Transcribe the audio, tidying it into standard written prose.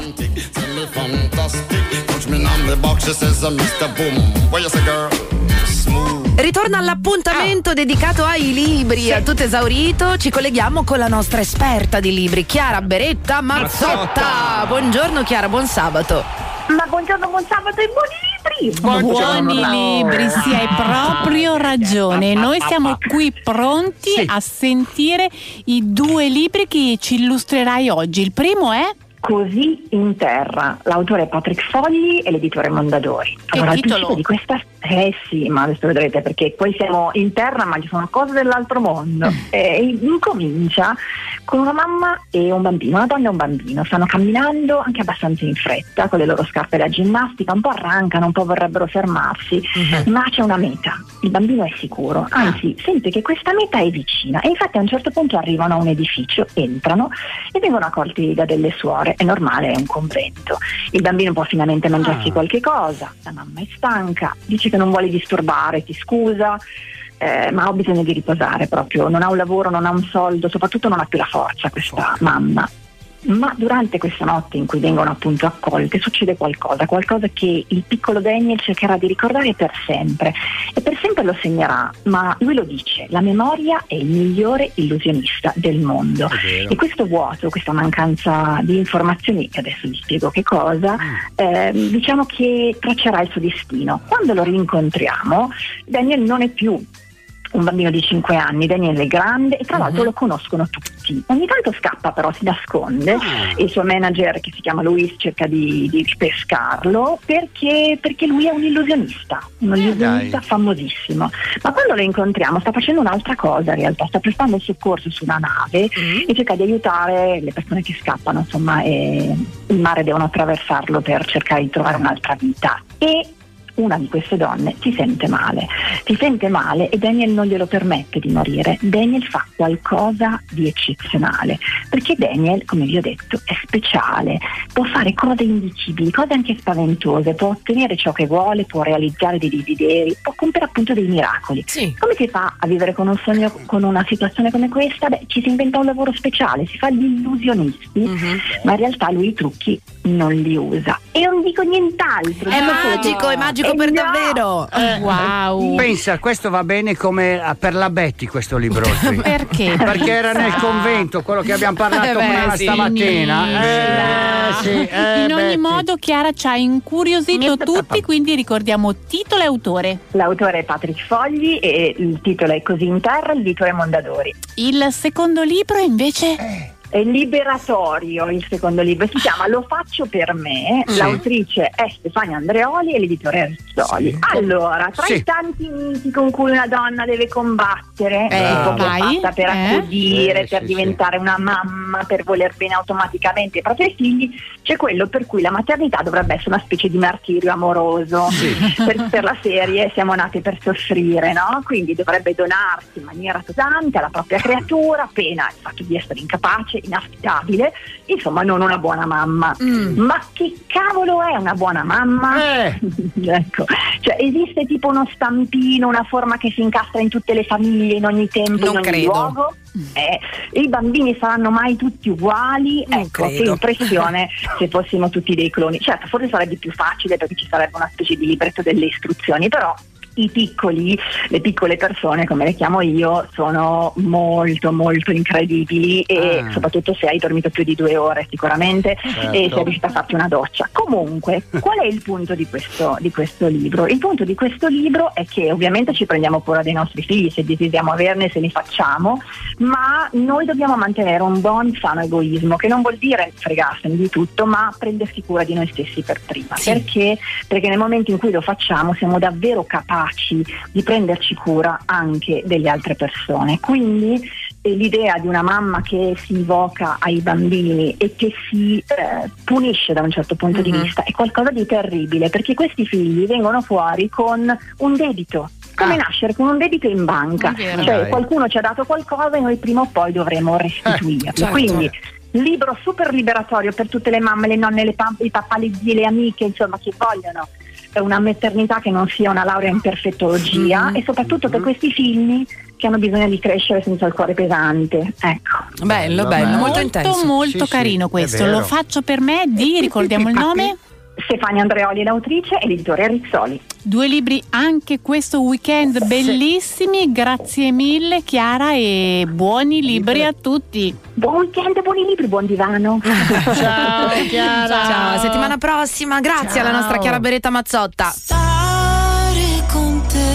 romantic, tell me fantastic. Touch me on the box, she says, Mr. Boom. What you say, girl? Smooth. Ritorna all'appuntamento dedicato ai libri, a tutto esaurito. Ci colleghiamo con la nostra esperta di libri, Chiara Beretta Mazzotta. Buongiorno Chiara, buon sabato. Ma buongiorno, buon sabato e buoni libri! Buoni libri, sì, hai proprio ragione. Noi siamo qui pronti a sentire i due libri che ci illustrerai oggi. Il primo è Così in terra. L'autore è Patrick Fogli e l'editore Mondadori. Che titolo? Di questa... sì, ma adesso vedrete, perché poi siamo in terra ma ci sono cose dell'altro mondo. Incomincia con una mamma e un bambino, una donna e un bambino. Stanno camminando anche abbastanza in fretta con le loro scarpe da ginnastica, un po' arrancano, un po' vorrebbero fermarsi, ma c'è una meta. Il bambino è sicuro, anzi sente che questa meta è vicina, e infatti a un certo punto arrivano a un edificio, entrano e vengono accolti da delle suore. È normale, è un convento. Il bambino può finalmente mangiarsi qualche cosa, la mamma è stanca, dice che non vuole disturbare, ti scusa, ma ho bisogno di riposare proprio, non ha un lavoro, non ha un soldo, soprattutto non ha più la forza questa mamma. Ma durante questa notte in cui vengono appunto accolte succede qualcosa che il piccolo Daniel cercherà di ricordare per sempre, e per sempre lo segnerà, ma lui lo dice: la memoria è il migliore illusionista del mondo. E questo vuoto, questa mancanza di informazioni, che adesso vi spiego che cosa, diciamo che traccerà il suo destino. Quando lo rincontriamo, Daniel non è più un bambino di 5 anni, Daniel è grande e tra l'altro lo conoscono tutti. Ogni tanto scappa, però si nasconde, e il suo manager, che si chiama Luis, cerca di pescarlo perché lui è un illusionista famosissimo. Ma quando lo incontriamo sta facendo un'altra cosa, in realtà sta prestando il soccorso su una nave e cerca di aiutare le persone che scappano, insomma, e il mare devono attraversarlo per cercare di trovare un'altra vita. E una di queste donne si sente male e Daniel non glielo permette di morire. Daniel fa qualcosa di eccezionale, perché Daniel, come vi ho detto, è speciale, può fare cose indicibili, cose anche spaventose, può ottenere ciò che vuole, può realizzare dei desideri, può compiere appunto dei miracoli. Sì. Come si fa a vivere con un sogno, con una situazione come questa? Ci si inventa un lavoro speciale, si fa gli illusionisti, ma in realtà lui i trucchi non li usa. E non dico nient'altro. È magico per davvero. Wow. Pensa, questo va bene come per la Betty, questo libro. Perché? Perché era nel convento, quello che abbiamo parlato prima stamattina. In ogni modo, Chiara ci ha incuriosito tutti, quindi ricordiamo titolo e autore. L'autore è Patrick Fogli e il titolo è Così in terra, l'editore Mondadori. Il secondo libro invece? È liberatorio il secondo libro, si chiama Lo faccio per me, l'autrice è Stefania Andreoli e l'editore è Rizzoli. Allora, tra i tanti miti con cui una donna deve combattere, tipo che è fatta per accudire, per diventare una mamma, per voler bene automaticamente ai propri figli, c'è quello per cui la maternità dovrebbe essere una specie di martirio amoroso. Per la serie Siamo nate per soffrire, no? Quindi dovrebbe donarsi in maniera totale alla propria creatura, pena il fatto di essere incapace, inaffidabile, insomma non una buona mamma. Ma che cavolo è una buona mamma? Ecco, cioè esiste tipo uno stampino, una forma che si incastra in tutte le famiglie, in ogni tempo, in ogni luogo? I bambini saranno mai tutti uguali? Ecco, che impressione se fossimo tutti dei cloni. Certo, forse sarebbe più facile perché ci sarebbe una specie di libretto delle istruzioni, però i piccoli, le piccole persone, come le chiamo io, sono molto molto incredibili, e soprattutto se hai dormito più di 2 ore sicuramente, e sei riuscita a farti una doccia. Comunque, qual è il punto di questo libro? Il punto di questo libro è che ovviamente ci prendiamo cura dei nostri figli, se desideriamo averne, se li facciamo, ma noi dobbiamo mantenere un buon sano egoismo, che non vuol dire fregarsene di tutto, ma prendersi cura di noi stessi per prima. Perché nel momento in cui lo facciamo siamo davvero capaci di prenderci cura anche delle altre persone. Quindi l'idea di una mamma che si invoca ai bambini e che si punisce da un certo punto di vista è qualcosa di terribile, perché questi figli vengono fuori con un debito. Come nascere con un debito in banca, cioè qualcuno ci ha dato qualcosa e noi prima o poi dovremo restituirlo. Certo. Quindi libro super liberatorio per tutte le mamme, le nonne, i papà, le zie, le amiche, insomma, che vogliono una maternità che non sia una laurea in perfettologia, e soprattutto per questi figli che hanno bisogno di crescere senza il cuore pesante. Ecco. Bello, molto intenso. Molto carino questo. Lo faccio per me ricordiamo il nome? Stefania Andreoli, l'autrice, e l'editore Rizzoli. 2 libri anche questo weekend bellissimi, grazie mille Chiara e buoni libri a tutti. Buon weekend, buoni libri, buon divano. Ciao Chiara. Ciao, settimana prossima, grazie alla nostra Chiara Beretta Mazzotta.